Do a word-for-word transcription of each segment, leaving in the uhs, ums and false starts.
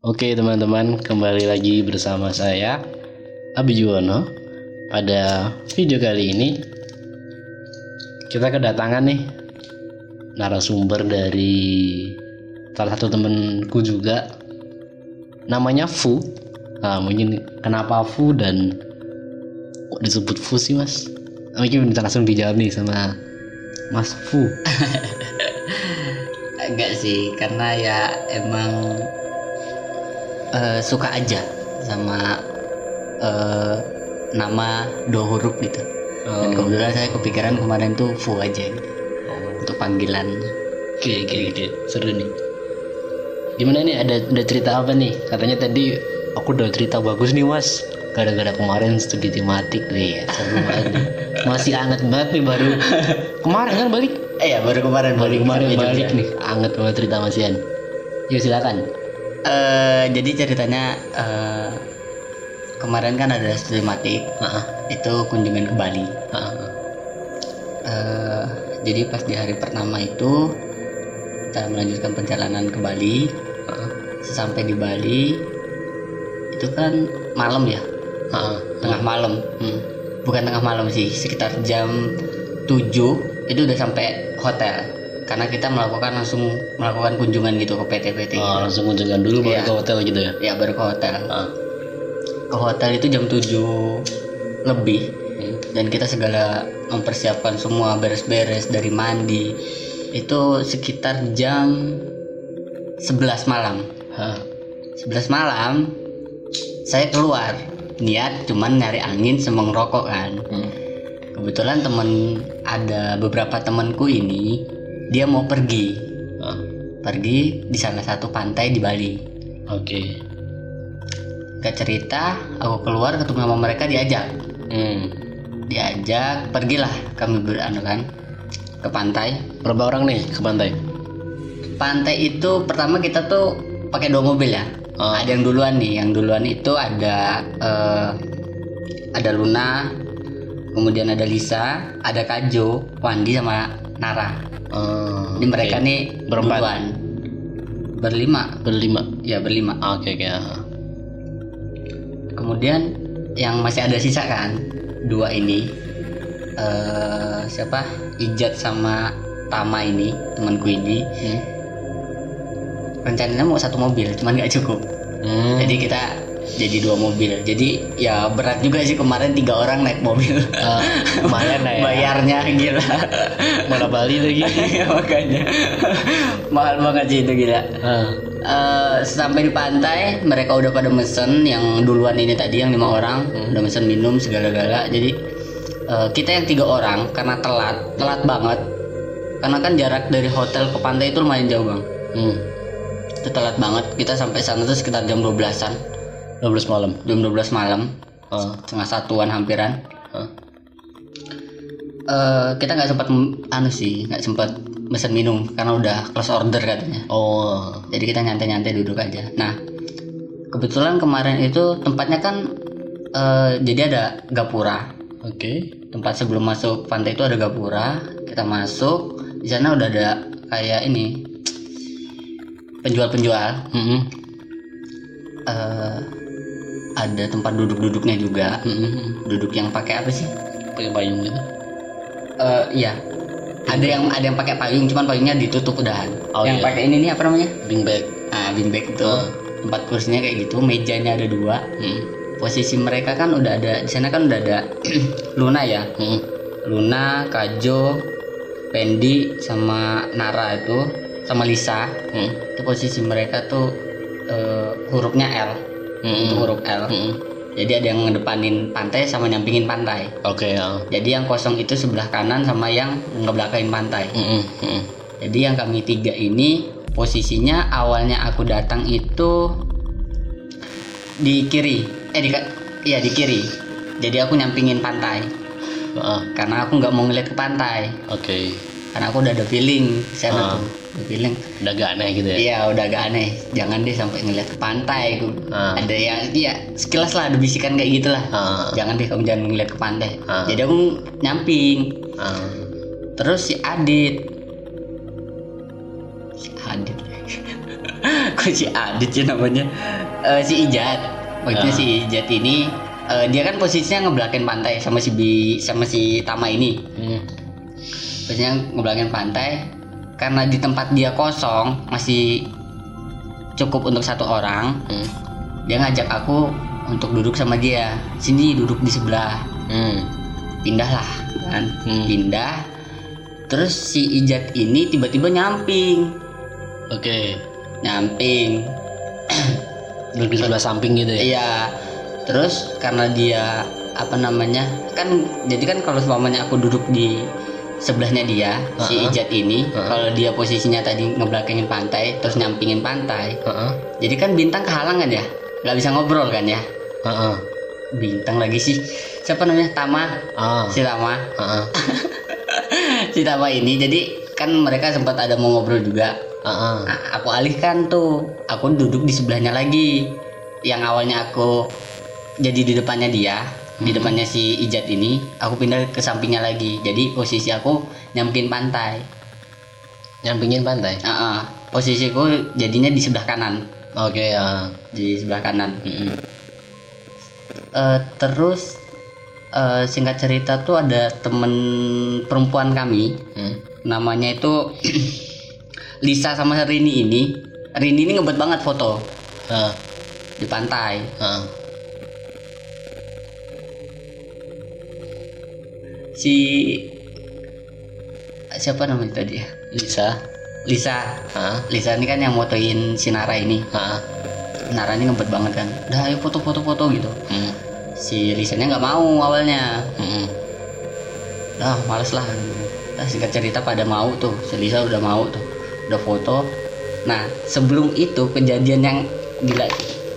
Oke teman-teman, kembali lagi bersama saya Abi Juwono. Pada video kali ini kita kedatangan nih narasumber dari salah satu temenku juga, namanya Fu. Nah, mungkin kenapa Fu dan kok disebut Fu sih mas? Mungkin bisa langsung dijawab nih sama Mas Fu. Enggak sih, karena ya emang uh, suka aja sama uh, nama dua huruf gitu. Oh. Dan kebetulan saya kepikiran kemarin tuh Fu aja gitu. Oh. Untuk panggilan. Oke, oke, oke, seru nih. Gimana nih, ada ada cerita apa nih? Katanya tadi aku udah cerita bagus nih mas, gara-gara kemarin studi tematik nih ya, seru banget nih. Masih anget banget nih, baru kemarin kan balik. Eh ya baru kemarin baru balik kemarin balik, balik nih, anget banget cerita Mas Ian. Yuk silakan. Uh, jadi ceritanya uh, kemarin kan ada studi tematik, uh-uh. itu kunjungan ke Bali. Uh-uh. Uh, jadi pas di hari pertama itu kita melanjutkan perjalanan ke Bali. Uh-uh. Sesampai di Bali itu kan malam ya, uh-uh. tengah malam. Hmm. Bukan tengah malam sih, sekitar jam tujuh itu udah sampai hotel, karena kita melakukan langsung melakukan kunjungan gitu ke P T P T. Oh, gitu. Langsung kunjungan dulu baru ya. ke hotel gitu ya? Ya baru ke hotel. Uh. Ke hotel itu jam tujuh lebih, hmm. dan kita segala mempersiapkan semua, beres-beres dari mandi. Itu sekitar jam sebelas malam. Huh. sebelas malam saya keluar, niat cuman nyari angin sama ngerokok kan. Hmm. Kebetulan temen ada beberapa temanku ini dia mau pergi, uh. pergi di salah satu pantai di Bali. Oke. Okay. Gak cerita, aku keluar ketemu sama mereka, diajak, hmm. diajak pergilah kami beranu kan ke pantai. Berapa orang nih ke pantai? Pantai itu pertama kita tuh pakai dua mobil ya. Uh. Ada yang duluan nih, yang duluan itu ada uh, ada Luna. Kemudian ada Lisa, ada Kajo, Wandi sama Nara. Oh, ini mereka okay. nih berempat, duluan. Berlima. Berlima. Ya berlima. Oke okay, oke. Okay. Kemudian yang masih ada sisa kan, dua ini, uh, siapa? Ijat sama Tama ini, temanku ini. Hmm. Rencananya mau satu mobil, cuman nggak cukup. Hmm. Jadi kita jadi dua mobil. Jadi ya berat juga sih kemarin tiga orang naik mobil. Uh, lumayan lah ya. Bayarnya gila. Mana Bali lagi. Makanya mahal banget sih itu gila. Uh. Uh, sampai di pantai mereka udah pada mesen, yang duluan ini tadi yang lima orang hmm. udah mesen minum segala-gala. Jadi uh, kita yang tiga orang karena telat, telat banget. Karena kan jarak dari hotel ke pantai itu lumayan jauh bang. Hmm. Itu telat banget. Kita sampai sana tuh sekitar jam dua belasan. dua belas malam. Jam dua belas malam. Uh. Setengah satuan hampiran. Uh. Uh, kita nggak sempat anu sih, nggak sempat mesen minum karena udah close order katanya. Oh. Jadi kita nyantai-nyantai duduk aja. Nah, kebetulan kemarin itu tempatnya kan uh, jadi ada gapura. Oke. Okay. Tempat sebelum masuk pantai itu ada gapura. Kita masuk, di sana udah ada kayak ini penjual-penjual. Mm-hmm. Uh, ada tempat duduk-duduknya juga. Mm-hmm. Duduk yang pakai apa sih? Pakai payung gitu. Uh, iya. Ada yang ada yang pakai payung, cuman payungnya ditutup udahan. Oh, yang iya. Pakai ini nih apa namanya? Beanbag. Ah, beanbag itu. Uh. Tempat kursinya kayak gitu, mejanya ada dua. Hmm. Posisi mereka kan udah ada di sana kan udah ada Luna ya. Hmm. Luna, Kajo, Pendi sama Nara itu sama Lisa. Hmm. Itu posisi mereka tuh uh, hurufnya L. Hmm. Untuk huruf L. Hmm. Jadi ada yang ngedepanin pantai sama nyampingin pantai. Oke. Okay, ya. Jadi yang kosong itu sebelah kanan sama yang ngebelakangin pantai. Hmm. Hmm. Jadi yang kami tiga ini posisinya awalnya aku datang itu di kiri. Eh di iya di kiri. Jadi aku nyampingin pantai. Uh. Karena aku nggak mau ngeliat ke pantai. Oke. Okay. Karena aku udah ada feeling sana uh. tuh. Feeling udah agak aneh gitu ya. Iya udah agak aneh, jangan deh sampai ngeliat ke pantai. uh. Ada yang iya sekilas lah ada bisikan kayak gitulah. uh. Jangan deh kamu jangan ngeliat ke pantai. uh. Jadi aku nyamping. uh. Terus si Adit si Adit aku si Adit sih namanya. Eh, si Ijat. Maksudnya Ah. si Ijat ini eh, dia kan posisinya ngebelakin pantai sama si Bi sama si Tama ini. Hmm. Posisinya ngebelakin pantai karena di tempat dia kosong masih cukup untuk satu orang. Hmm. Dia ngajak aku untuk duduk sama dia. Sini duduk di sebelah. Hmm. Pindahlah kan. Hmm. Pindah. Terus si Ijat ini tiba-tiba nyamping. Oke. Nyamping. Duduk di sebelah samping gitu ya. Iya. Terus karena dia apa namanya? Kan jadi kan kalau seumpamanya aku duduk di sebelahnya dia, si Uh-uh. Ijat ini, Uh-uh. kalau dia posisinya tadi ngebelakangin pantai, terus nyampingin pantai. Heeh. Jadi kan Bintang kehalangan ya. Nggak bisa ngobrol kan ya. Heeh. Bintang lagi sih. Siapa namanya? Tama. Ah. Si Tama. Heeh. Si Tama ini jadi kan mereka sempat ada mau ngobrol juga. Heeh. Nah, aku alihkan tuh. Aku duduk di sebelahnya lagi. Yang awalnya aku jadi di depannya dia, di depannya si Ijat ini, aku pindah ke sampingnya lagi. Jadi posisi aku nyampingin pantai. Nyampingin pantai. Heeh. Posisiku jadinya di sebelah kanan. Oke, ya. Di sebelah kanan. Mm-mm. Eh, terus eh, singkat cerita tuh ada temen perempuan kami, Hmm. namanya itu Lisa sama Rini ini. Rini ini ngebet banget foto Ah. di pantai. Ah. Si siapa namanya tadi ya? Lisa. Lisa. Ah. Lisa ini kan yang motoin si Nara ini. Ah. Nara ini ngebet banget kan. Udah ayo foto-foto-foto gitu. Hmm. Si Lisanya nggak mau awalnya. Hmm. Dah males lah. Nah, singkat cerita pada mau tuh. Si Lisa udah mau tuh. Udah foto. Nah sebelum itu kejadian yang gila.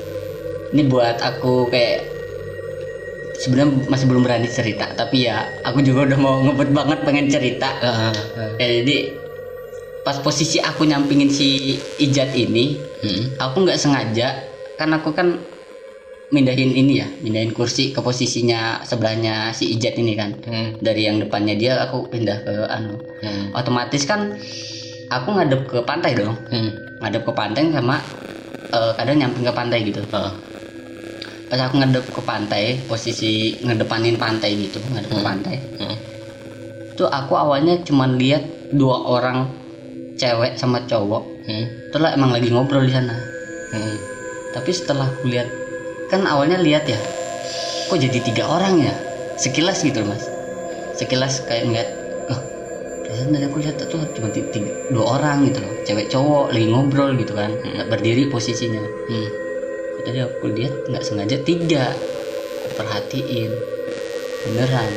Ini buat aku kayak sebenarnya masih belum berani cerita, tapi ya aku juga udah mau ngebet banget pengen cerita. Ah. Ya, jadi pas posisi aku nyampingin si Ijat ini, Hmm. aku nggak sengaja kan aku kan mindahin ini ya, mindahin kursi ke posisinya sebelahnya si Ijat ini kan. Hmm. Dari yang depannya dia aku pindah ke anu. Hmm. Otomatis kan aku ngadep ke pantai dong. Hmm. Ngadep ke pantai sama eh, kadang nyamping ke pantai gitu. Ah. Pas aku ngadep ke pantai, posisi ngedepanin pantai gitu, ngadep ke Hmm. pantai. Hmm. Tuh aku awalnya cuman lihat dua orang cewek sama cowok. Hmm. Terus lah emang lagi ngobrol di sana. Hmm. Tapi setelah aku lihat, kan awalnya lihat ya, kok jadi tiga orang ya? Sekilas gitu loh, mas. Sekilas kayak ngeliat, oh, perasaan tadi aku lihat tuh cuma ti- tiga, dua orang gitu loh, cewek cowok lagi ngobrol gitu kan, nggak berdiri posisinya. Hmm. Tadi aku lihat nggak sengaja tiga, aku perhatiin, beneran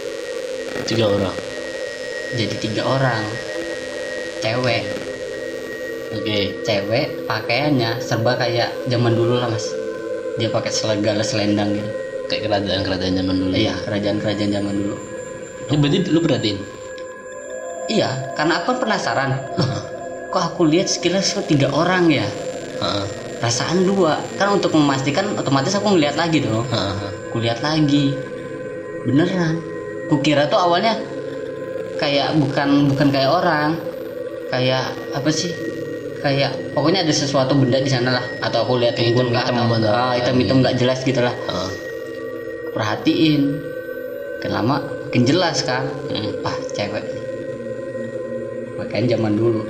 Tiga orang. jadi tiga orang, cewek, Oke. cewek pakaiannya serba kayak zaman dulu lah mas. Dia pakai segala selendang gitu. Kayak kerajaan-kerajaan zaman dulu. Iya, kerajaan-kerajaan zaman dulu. Ini berarti lu perhatiin. Iya, karena aku kan penasaran. Loh, kok aku lihat sekilas kok tiga orang ya? Heeh. Perasaan dua. Kan untuk memastikan otomatis aku ngeliat lagi dong. Heeh. Aku lihat lagi. Beneran. Kukira tuh awalnya kayak bukan bukan kayak orang. Kayak apa sih? Kayak pokoknya ada sesuatu benda di sana lah. Atau aku lihat Hitam- lah, hitam atau atau- ah, hitam-hitam nggak jelas gitu lah. Heeh. Perhatiin. Makin lama makin jelas kan. Hmm. Wah, cewek. Makanya zaman dulu.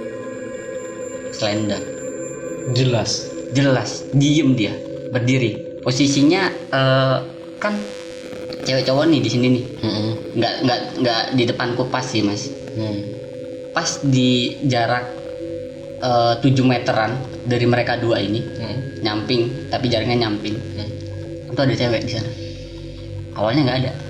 Selendang. Jelas. Jelas, diem dia, berdiri. Posisinya eh, kan cewek cowok nih di sini nih. Heeh. Nggak nggak nggak di depanku pas sih, Mas. Hmm. Pas di jarak eh, tujuh meteran dari mereka dua ini, Hmm. nyamping, tapi jaraknya nyamping. Hmm. Itu ada cewek di sana. Awalnya nggak ada.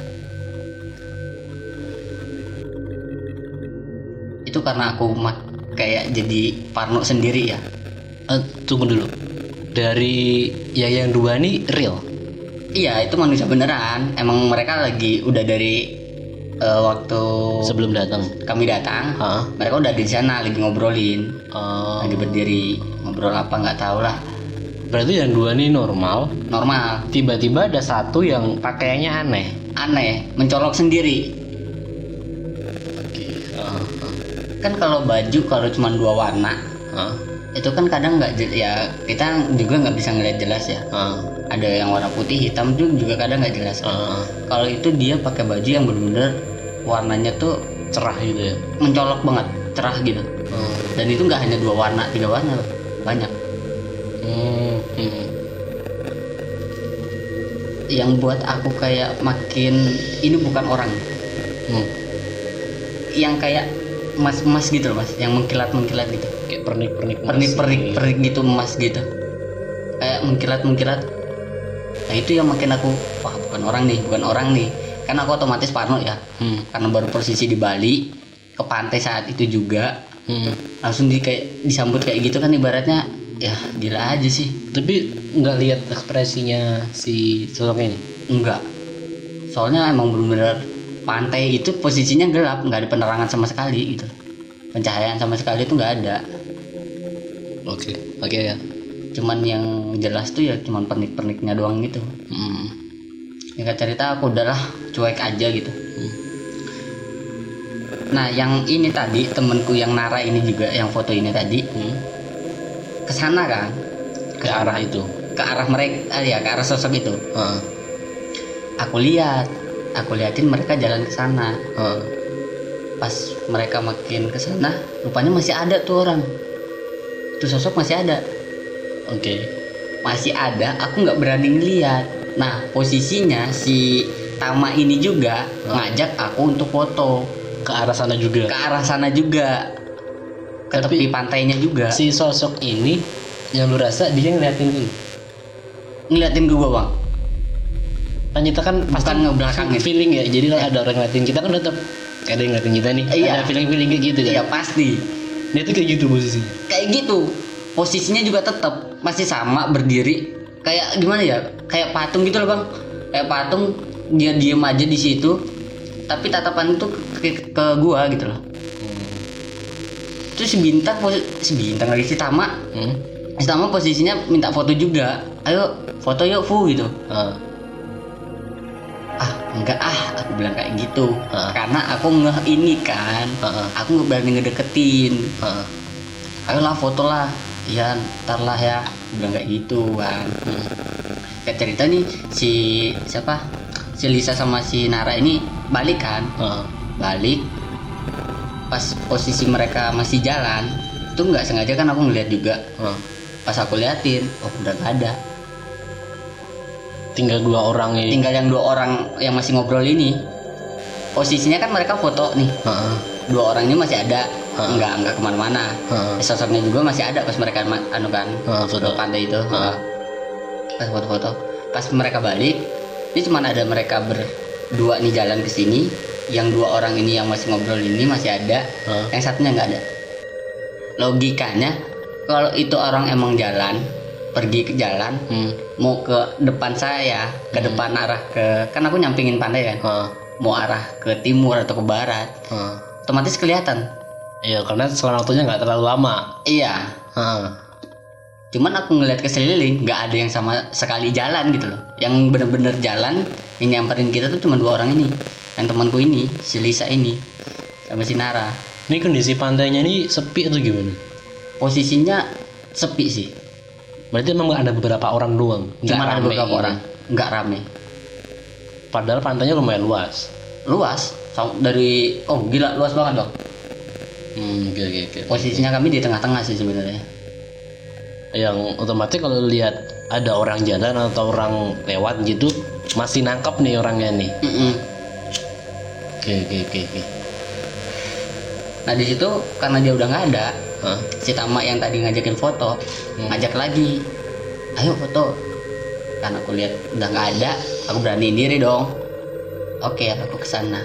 Itu karena aku mak- kayak jadi parno sendiri ya. Eh, tunggu dulu. Dari ya yang dua ini real. Iya, itu manusia beneran. Emang mereka lagi udah dari eh, waktu Sebelum datang. kami datang, Hah? mereka udah di sana lagi ngobrolin, Oh. lagi berdiri ngobrol apa nggak tahu lah. Berarti yang dua ini normal. Normal, Tiba-tiba ada satu yang pakaiannya aneh. aneh, mencolok sendiri. Oke. Ah, ah, Kan kalau baju kalau cuma dua warna, ah. itu kan kadang nggak je- ya kita juga nggak bisa ngeliat jelas ya. Uh, Ada yang warna putih, hitam tuh juga kadang nggak jelas. uh, Kalau itu dia pakai baju yang benar-benar warnanya tuh cerah gitu ya. mencolok banget, cerah gitu. Uh, Dan itu nggak hanya dua warna, tiga warna, banyak. hmm, hmm. Yang buat aku kayak makin ini bukan orang, Hmm. yang kayak emas-emas gitu loh mas, yang mengkilat-mengkilat gitu, Kayak pernik-pernik emas pernik-pernik gitu. pernik gitu emas gitu, kayak mengkilat-mengkilat. Nah itu yang makin aku, wah bukan orang nih, bukan orang nih. Kan aku otomatis parno ya, Hmm. karena baru posisi di Bali, ke pantai saat itu juga, Hmm. langsung di kayak disambut kayak gitu kan ibaratnya, ya gila aja sih. Tapi nggak lihat ekspresinya si sosok ini. Enggak, soalnya emang benar-benar pantai itu posisinya gelap, nggak ada penerangan sama sekali gitu, pencahayaan sama sekali itu nggak ada. Oke, oke ya. Cuman yang jelas tuh ya cuman pernik-perniknya doang gitu. Hmm. Singkat cerita aku udahlah cuek aja gitu. Hmm. Nah yang ini tadi temenku yang Nara ini juga yang foto ini tadi Hmm. kesana kan, Ke arah itu. ke arah mereka, ah, ya ke arah sosok itu. Uh, Aku lihat, aku liatin mereka jalan ke sana. uh. Pas mereka makin ke sana, rupanya masih ada tuh orang. Tuh sosok masih ada, Oke. masih ada. Aku nggak berani ngeliat. Nah posisinya si Tama ini juga Hmm. ngajak aku untuk foto Ke arah sana juga. ke arah sana juga, ke Tapi- tepi pantainya juga. Si sosok ini yang lu rasa dia ngeliatin lu. Ngeliatin gue bang, Kan kita kan pasti bukan ngebelakangin. feeling ya. Jadi kalau ada orang ngeliatin kita kan tetap ada yang ngeliatin kita nih. Iya. Ada feeling-feeling kayak gitu kan. Iya pasti. Dia tuh kayak gitu posisinya. Kayak gitu. Posisinya juga tetap masih sama berdiri. Kayak gimana ya? Kayak patung gitu loh bang. Kayak patung, dia diem aja di situ. Tapi tatapan itu ke, ke gua gitu loh. Terus si bintang, posi- si bintang lagi si Tama, Hmm. si Tama posisinya minta foto juga. Ayo foto yuk Fu gitu. Uh. Ah enggak ah, aku bilang kayak gitu. Ah. Karena aku ngeh ini kan. Uh. Aku nggak berani ngedeketin. Uh. Ayolah foto lah, iya ntar lah ya, bilang kayak gitu kan. Kayak cerita nih si siapa, si Lisa sama si Nara ini balik kan, Uh. balik pas posisi mereka masih jalan tuh nggak sengaja kan aku ngeliat juga. Uh. Pas aku liatin, oh udah nggak ada, Tinggal dua orang ini. tinggal yang dua orang yang masih ngobrol ini. Posisinya kan mereka foto nih, Uh. dua orang ini masih ada, Ah. nggak nggak kemana-mana. Uh. Sosoknya juga masih ada pas mereka ma- anu kan, Uh, foto foto. pantai itu. Ah. Pas foto-foto, pas mereka balik, ini cuman ada mereka berdua nih jalan ke sini. Yang dua orang ini yang masih ngobrol ini masih ada, Uh. yang satunya nggak ada. Logikanya, kalau itu orang emang jalan, pergi ke jalan, Hmm. mau ke depan saya, ke depan arah ke, kan aku nyampingin pantai kan, Uh. mau arah ke timur atau ke barat, Uh. otomatis kelihatan. Iya, karena selama waktunya nggak terlalu lama. Iya, Uh. cuman aku ngeliat ke sekeliling nggak ada yang sama sekali jalan gitu loh, yang bener-bener jalan yang nyamperin kita tuh cuma dua orang ini, yang temanku ini, si Lisa ini sama si Nara. Ini kondisi pantainya ini sepi atau gimana? Posisinya sepi sih, Berarti memang ada beberapa orang doang. Nggak cuma ada rame beberapa gitu. orang, nggak rame, Padahal pantainya lumayan luas. luas Sam- dari oh gila luas banget dong. Hmm, oke oke oke. Posisinya kami di tengah-tengah sih sebenarnya. Yang otomatis kalau lihat ada orang jalan atau orang lewat gitu masih nangkep nih orangnya nih. Mm-mm. Oke oke oke oke. Nah di situ karena dia udah nggak ada, Hah? si Tama yang tadi ngajakin foto, Hmm. ngajak lagi, ayo foto. Karena aku lihat udah nggak ada, aku beraniin diri dong. Oke, aku kesana.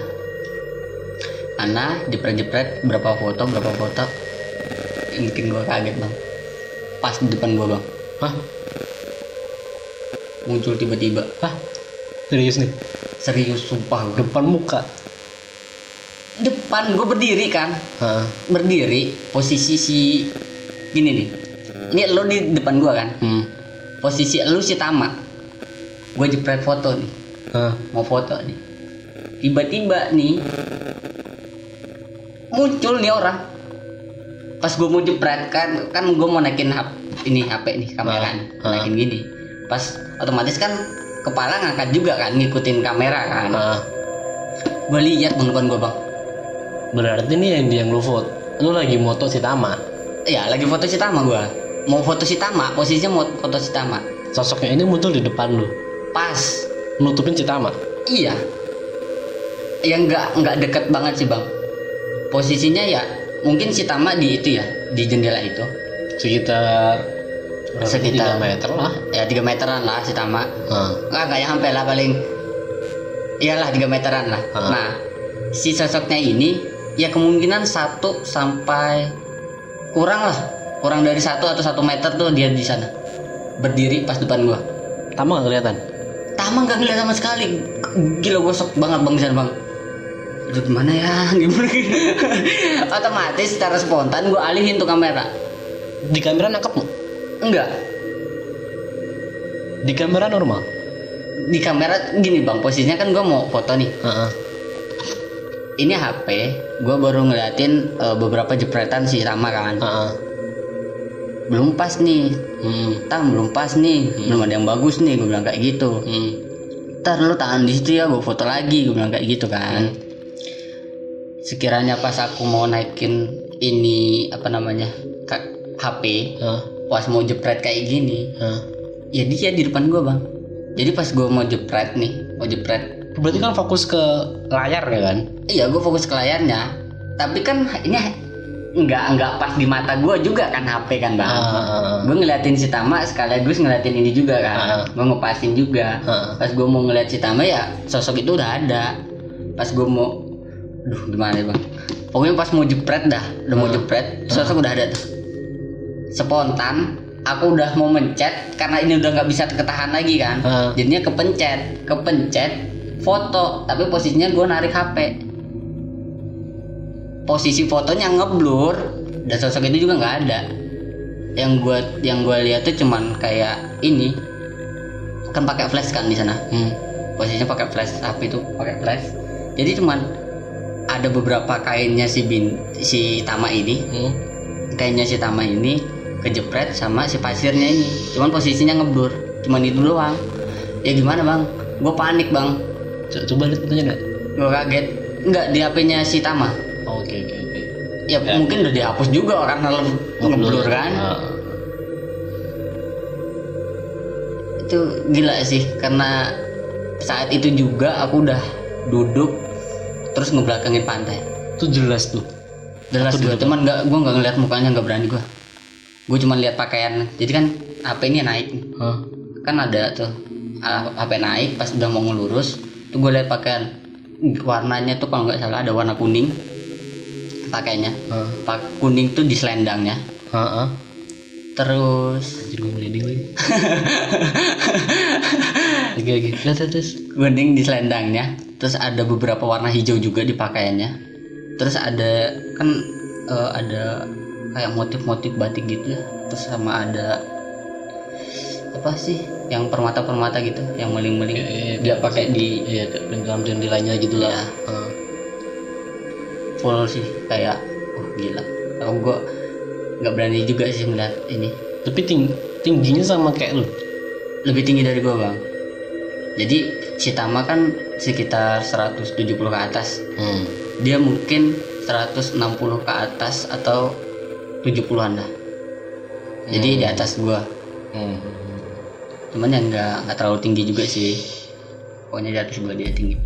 Ana jepret-jepret berapa foto, berapa foto, yang bikin gua kaget bang. Pas di depan gua bang, Hah? muncul tiba-tiba. Hah? Serius nih? Serius sumpah gua. Depan muka? Depan gua berdiri kan, Hah? berdiri posisi si gini nih. Ini lo di depan gua kan, Hmm. posisi lu si Tama. Gue jepret foto nih, Hah? mau foto nih. Tiba-tiba nih muncul nih orang pas gue mau jepret kan kan gue mau naikin H P, ini H P nih kamera nih, Ah. naikin gini. Pas otomatis kan kepala ngangkat juga kan ngikutin kamera kan. Nah, Gue lihat bang depan gue bang. berarti nih yang yang lu foto, lu lagi moto si Tama. Iya lagi foto si Tama gue. Mau foto si Tama, posisinya mau foto si Tama. Sosoknya ini muncul di depan lu, Pas. nutupin si Tama. Iya. Yang nggak nggak deket banget sih bang. Posisinya ya mungkin si Tama di itu ya di jendela itu. Sekitar berapa? Sekitar- tiga meter lah. Ya tiga meteran lah si Tama. Nah, Nggak nggak nyampe lah paling. Iyalah tiga meteran lah. Ah. Nah si sosoknya ini ya kemungkinan satu sampai kurang lah kurang dari satu atau satu meter tuh dia di sana berdiri pas depan gua. Tama nggak kelihatan. Tama nggak ngeliat sama sekali. Gila gue shock banget bang di sana bang. Aduh gimana ya gimana otomatis secara spontan gue alihin tuh kamera. Di kamera nangkep nggak? Enggak, Di kamera normal. di kamera gini bang posisinya kan gue mau foto nih. Heeh. Ini H P gue baru ngeliatin uh, beberapa jepretan si Tama kan. Heeh. Belum pas nih Hmm. Tam belum pas nih, belum ada yang bagus nih, gue bilang kayak gitu. Hmm. Ntar lu tahan di situ ya, gue foto lagi, gue bilang kayak gitu kan. Sekiranya pas aku mau naikin ini apa namanya ka- H P, Heeh. pas mau jepret kayak gini, Heeh. ya dia di depan gue bang. Jadi pas gue mau jepret nih, mau jepret, Berarti kan fokus ke layar ya kan? iya gue fokus ke layarnya. Tapi kan ini nggak nggak pas di mata gue juga kan H P kan bang. Ah. Gue ngeliatin si Tama sekaligus ngeliatin ini juga kan. Ah. Gue ngepasin juga. Ah. Pas gue mau ngeliat si Tama ya sosok itu udah ada. Pas gue mau, duh gimana ya bang? Pokoknya pas mau jepret dah, udah mau Ah. jepret, sosok udah ada tuh. Spontan, aku udah mau mencet karena ini udah nggak bisa ketahan lagi kan. Ah. Jadinya kepencet, kepencet, foto, tapi posisinya gue narik H P. Posisi fotonya ngeblur dan sosok itu juga nggak ada. Yang gue yang gue lihat tuh cuman kayak ini kan pakai flash kan di sana. Hmm. Posisinya pakai flash, H P itu pakai flash. Jadi cuman ada beberapa kainnya si bin si Tama ini, Hmm. kainnya si Tama ini kejepret sama si pasirnya ini. Cuman posisinya ngeblur, cuman itu doang. Ya gimana bang? Gue panik bang, Co- Coba lihat fotonya nggak? gue kaget. Enggak di H P-nya si Tama. Oke oke oke. Ya, Ya. mungkin udah dihapus juga karena le- ngeblur kan. Ah. Itu gila sih karena saat itu juga aku udah duduk terus ngebelakangin pantai. Itu jelas tuh. Jelas Atau gue di cuman nggak gue nggak ngeliat mukanya, nggak berani gue. Gue cuman lihat pakaian. Jadi kan H P ini naik, Hah? kan ada tuh ah, H P naik pas udah mau ngelurus. Tuh gue lihat pakaian warnanya tuh kalau nggak salah ada warna kuning pakainya. Hah? Pak kuning tuh di selendangnya. Heeh. Terus Jadi gue merinding lagi. Oke oke. Lihat lihat, terus. kuning di selendangnya, terus ada beberapa warna hijau juga di pakaiannya, terus ada kan eh, ada kayak motif-motif batik gitu ya, terus sama ada apa sih yang permata-permata gitu yang meling-meling Iya, iya, dia pakai di Iya, kayak dalam jendelanya gitu lah. Iya. Heeh. full sih kayak oh gila, aku gua nggak berani juga sih ngeliat ini. Tapi ting tingginya sama kayak lu. Lebih tinggi dari gua bang, jadi si Tama kan sekitar seratus tujuh puluh ke atas, Hmm. dia mungkin seratus enam puluh ke atas atau tujuh puluhan lah. Jadi Hmm. di atas gua. Hmm. Cuman yang nggak nggak terlalu tinggi juga sih. Pokoknya di atas gua dia tinggi.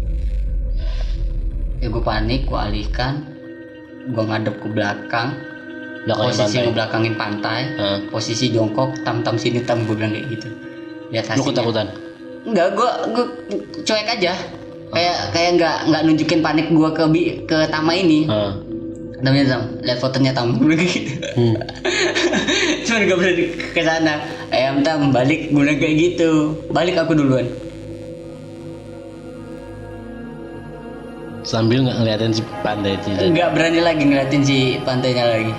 Ya gua panik, gua alihkan, gua ngadep ke belakang, Belakangnya posisi pantai. ngebelakangin pantai, Hah? posisi jongkok, tam-tam sini tam, gua bilang kayak gitu. Lihat Lu hasilnya. ketakutan? Enggak, gua gua cuek aja. Kayak kayak nggak nggak nunjukin panik gua ke bi- ke Tama ini. Heeh. Namanya Tam, lihat fotonya Tam gitu. Hmm. Cuman gak berani ke sana. Ayam Tam balik, gue bilang kayak gitu. Balik aku duluan. Sambil nggak ngeliatin si pantai itu. Nggak berani lagi ngeliatin si pantainya lagi.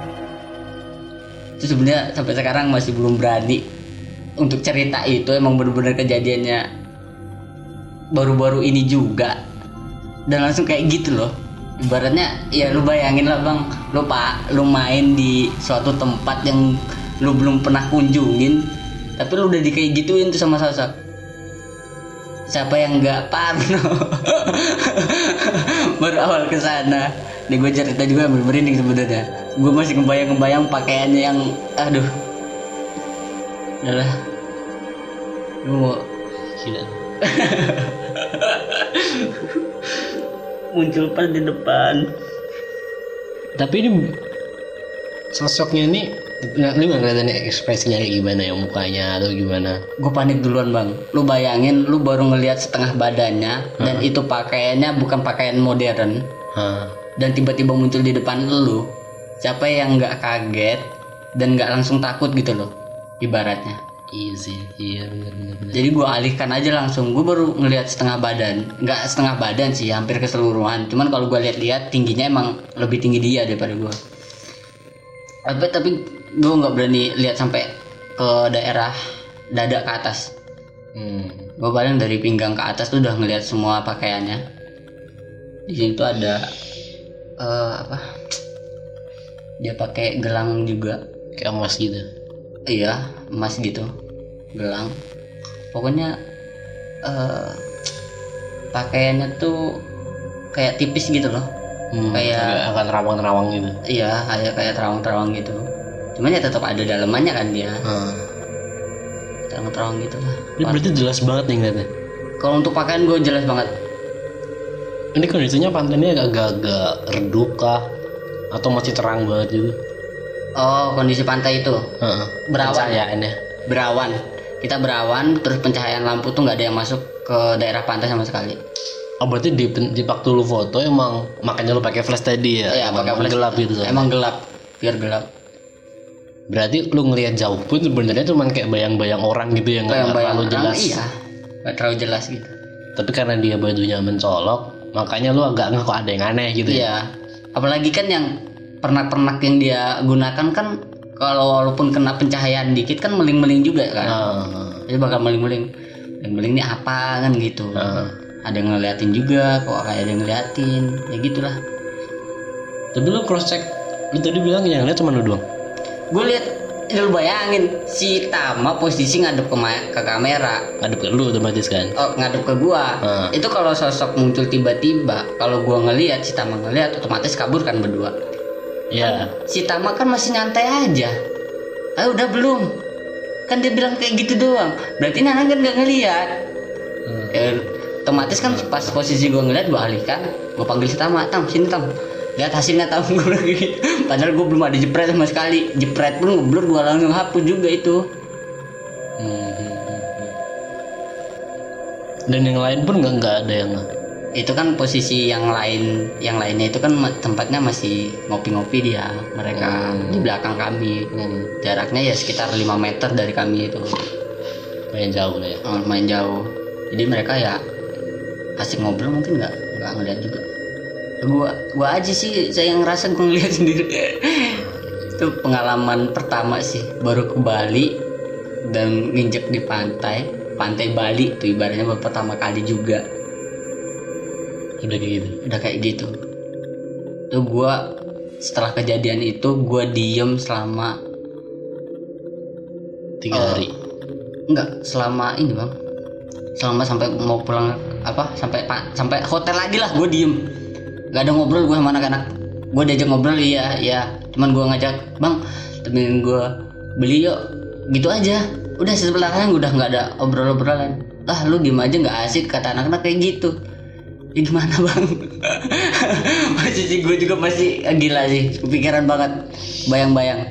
Itu sebenarnya sampai sekarang masih belum berani untuk cerita itu. Emang bener-bener kejadiannya baru-baru ini juga, dan langsung kayak gitu loh. Ibaratnya ya lu bayangin lah bang, lu pak lu main di suatu tempat yang lu belum pernah kunjungin, tapi lu udah di kayak gituin tuh sama sosok. Siapa yang nggak parno? Baru awal kesana, nih gue cerita juga merinding sebenarnya. Gue masih ngebayang-ngebayang pakaiannya yang, aduh, udahlah, gue mau Gila. muncul pas di depan. Tapi ini sosoknya ini nggak, lu nggak ngeliatin ekspresinya kayak gimana ya, mukanya atau gimana? Gue panik duluan bang. Lu bayangin, lu baru ngelihat setengah badannya dan itu pakaiannya bukan pakaian modern. Hah. Dan tiba-tiba muncul di depan lu. Siapa yang nggak kaget dan nggak langsung takut gitu loh, ibaratnya. Easy, iya benar-benar. Jadi gue alihkan aja langsung. Gue baru ngelihat setengah badan, nggak setengah badan sih, hampir keseluruhan. Cuman kalau gue lihat-lihat tingginya emang lebih tinggi dia daripada gue. Tapi tapi gue nggak berani lihat sampai ke daerah dada ke atas. Hmm. Gue paling dari pinggang ke atas tuh udah ngelihat semua pakaiannya. Di sini tuh ada uh, apa? Dia pakai gelang juga. Kayak emas gitu. Iya, emas gitu, gelang. Pokoknya uh, pakaiannya tuh kayak tipis gitu loh. Hmm, kayak akan terawang-terawang gitu. Iya, kayak kayak terawang-terawang gitu. Cuman ya tetap ada dalemannya kan dia. Hmm. Terawang-terawang gitu lah. Ini berarti jelas banget nih ngeliatnya. Kalau untuk pakaian gue jelas banget. Ini kondisinya pantainya agak-agak redup kah? Atau masih terang banget juga? Oh, kondisi pantai itu Heeh. berawan. Pencahayaannya. Berawan. Kita berawan, terus pencahayaan lampu tuh nggak ada yang masuk ke daerah pantai sama sekali. Oh berarti di, di waktu lu foto emang makanya lu pakai flash tadi ya? Iya, pakai flash. Gelap gitu. Emang gelap, biar gelap. Berarti lu ngelihat jauh pun sebenarnya cuma kayak bayang-bayang orang gitu yang nggak Bayang-bayang terlalu jelas. orang, iya, nggak terlalu jelas gitu. Tapi karena dia bajunya mencolok, makanya lu agak nggak kok ada yang aneh gitu. Iya. Apalagi kan yang pernak-pernak yang dia gunakan kan, kalau walaupun kena pencahayaan dikit kan meling-meling juga kan. Nah, Jadi bakal meling-meling. Meling-meling ini apa kan gitu. nah. Ada yang ngeliatin juga, kok kayak ada yang ngeliatin, ya gitulah. Tapi lu cross check, lu tadi bilang yang lihat cuma lu doang. Gue lihat, lu bayangin si Tama posisi ngadep ke, ma- ke kamera, Ngadep ke lu otomatis kan? oh, ngadep ke gua. Hmm. Itu kalau sosok muncul tiba-tiba, kalau gua ngelihat, si Tama ngelihat, otomatis kabur kan berdua. Iya. Si Tama kan masih nyantai aja. Ah udah belum? Kan dia bilang kayak gitu doang. Berarti Nana kan nggak ngelihat. Hmm. Ya, otomatis kan pas posisi gua ngeliat, gua alihkan, gua panggil si Tama, Tam sini Tam, lihat hasilnya Tam. Gua bilang gitu. Padahal gua belum ada jepret sama sekali. Jepret pun ngeblur, gua langsung hapus juga itu. Hmm. Dan yang lain pun nggak nggak ada yang. Itu kan posisi yang lain, yang lainnya itu kan ma- tempatnya masih ngopi-ngopi dia, mereka Hmm. di belakang kami. Hmm. Jaraknya ya sekitar lima meter dari kami itu. Main jauh lah ya. Oh, main jauh. Jadi mereka ya asik ngobrol, mungkin nggak nggak ngeliat juga. Gua gua aja sih saya ngerasa gua ngeliat sendiri. Itu pengalaman pertama sih, baru ke Bali dan nginjek di pantai pantai Bali itu ibaratnya baru pertama kali juga. Udah kayak gitu. Udah kayak gitu. Tuh gua setelah kejadian itu gua diem selama Tiga Oh. hari. enggak selama ini bang, selama sampai mau pulang apa sampai pa- sampai hotel lagi lah gue diem, nggak ada ngobrol gue sama anak-anak. Gue diajak ngobrol iya ya, cuman gue ngajak bang temenin gue beli yuk gitu aja. Udah sebelahnya udah nggak ada obrol-obrolan. Ah lu diem aja nggak asik kata anak-anak kayak gitu. Ya gimana bang? Masih sih gue juga masih gila sih, kepikiran banget, bayang-bayang.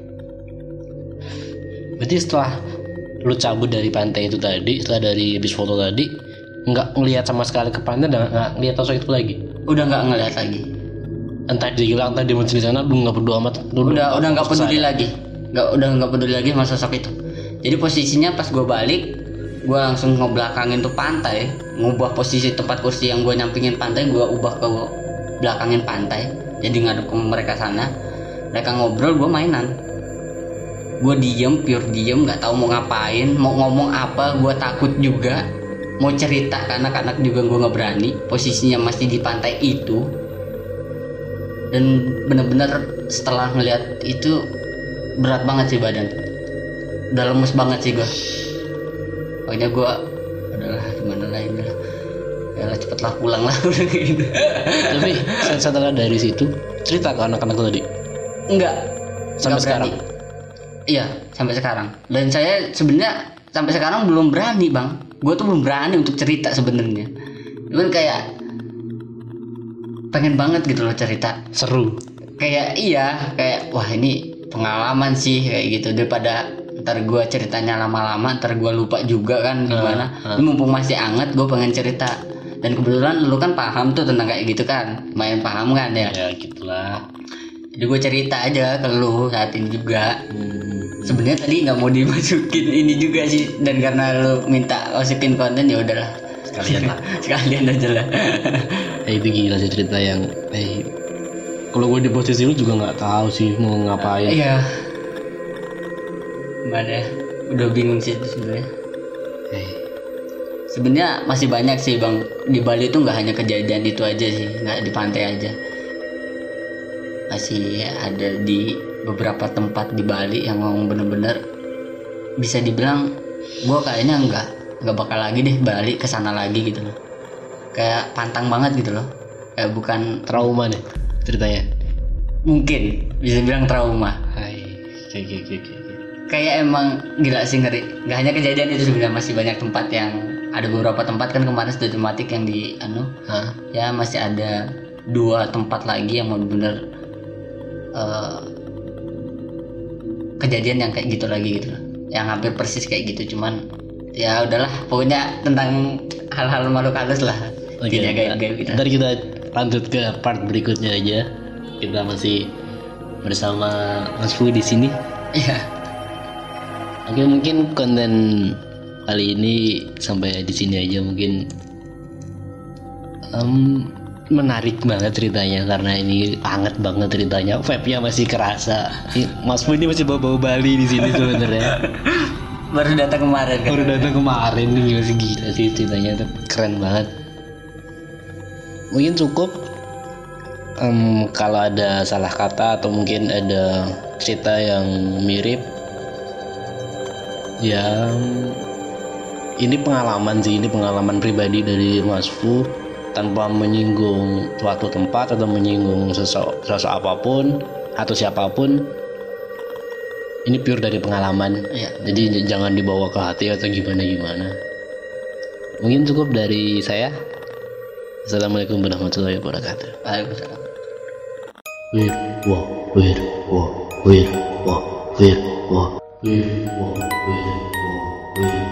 Berarti setelah lu cabut dari pantai itu tadi, setelah dari habis foto tadi, nggak ngelihat sama sekali ke pantai dan nggak ngelihat sosok itu lagi. Udah nggak ngeliat lagi. Entah dia hilang, entah dia muncul di sana, lu nggak peduli amat. Lu udah udah nggak fokus peduli aja. lagi, nggak udah nggak peduli lagi sama sosok itu. Jadi posisinya pas gue balik, gue langsung ngebelakangin tuh pantai, ngubah posisi tempat kursi yang gue nyampingin pantai, gue ubah ke belakangin pantai, jadi ngadep ke mereka sana. Mereka ngobrol, gue mainan. Gue diem, pure diem, nggak tahu mau ngapain, mau ngomong apa, gue takut juga. Mau cerita ke anak-anak juga gue nggak berani. Posisinya masih di pantai itu, dan benar-benar setelah ngelihat itu berat banget sih badan, udah lemes banget sih gue. Pokoknya gue adalah gimana lah ini lah, ya lah cepatlah pulang lah udah kayak gitu. Tapi setelah dari situ cerita ke anak-anak tadi? Enggak, sampai enggak sekarang? Iya, sampai sekarang. Dan saya sebenarnya sampai sekarang belum berani bang, gue tuh belum berani untuk cerita sebenarnya. Cuman kayak pengen banget gitu loh cerita. Seru. Kayak iya, kayak wah ini pengalaman sih kayak gitu, daripada ntar gue ceritanya lama-lama ntar gue lupa juga kan gimana. Uh, uh. Ini mumpung masih anget, gue pengen cerita. Dan kebetulan lu kan paham tuh tentang kayak gitu kan, main paham kan ya. Ya gitulah. Jadi gue cerita aja ke lu saat ini juga. Hmm. Sebenarnya tadi nggak mau dimasukin ini juga sih, dan karena lu minta masukin konten ya udahlah. Sekalian lah. Sekalian aja lah. Eh itu gila sih cerita yang eh kalau gue di posisi lu juga nggak tahu sih mau ngapain. Iya. Gimana ya? Udah bingung sih itu sebenarnya. Eh. Sebenarnya masih banyak sih bang, di Bali itu nggak hanya kejadian itu aja sih, nggak di pantai aja. Masih ada di beberapa tempat di Bali yang memang bener-bener bisa dibilang gue kayaknya nggak nggak bakal lagi deh balik ke sana lagi gitu loh. Kayak pantang banget gitu loh. Kayak bukan trauma nih ceritanya. Mungkin bisa bilang trauma. Hai, oke oke oke oke. Kayak emang gila sih ngeri. Gak hanya kejadian itu sebenarnya, masih banyak tempat yang ada beberapa tempat kan kemarin sudah tematik yang di anu. Hah? Ya masih ada dua tempat lagi yang benar-benar uh, kejadian yang kayak gitu lagi gitu loh. Yang hampir persis kayak gitu, cuman ya udahlah pokoknya tentang hal-hal makhluk halus lah. Oke, okay, gaib-gaib gitu. Ntar kita lanjut ke part berikutnya aja. Kita masih bersama Mas Fu di sini. Iya. Oke, mungkin konten kali ini sampai di sini aja mungkin. Um, menarik banget ceritanya karena ini hangat banget ceritanya. Vibe-nya masih kerasa. Mas Fu ini masih bawa-bawa Bali di sini sebenarnya. Baru datang kemarin kan. Baru datang kemarin nih, masih gila sih ceritanya, keren banget. Mungkin cukup. Um, kalau ada salah kata atau mungkin ada cerita yang mirip, ya ini pengalaman sih, ini pengalaman pribadi dari Mas Fu, tanpa menyinggung suatu tempat atau menyinggung sosok sosok apapun atau siapapun. Ini pure dari pengalaman ya. Jadi jangan dibawa ke hati atau gimana gimana. Mungkin cukup dari saya. Assalamualaikum warahmatullahi wabarakatuh. Waalaikumsalam. Wir wa wir wa wir wa wir wa wir wa wir wa wir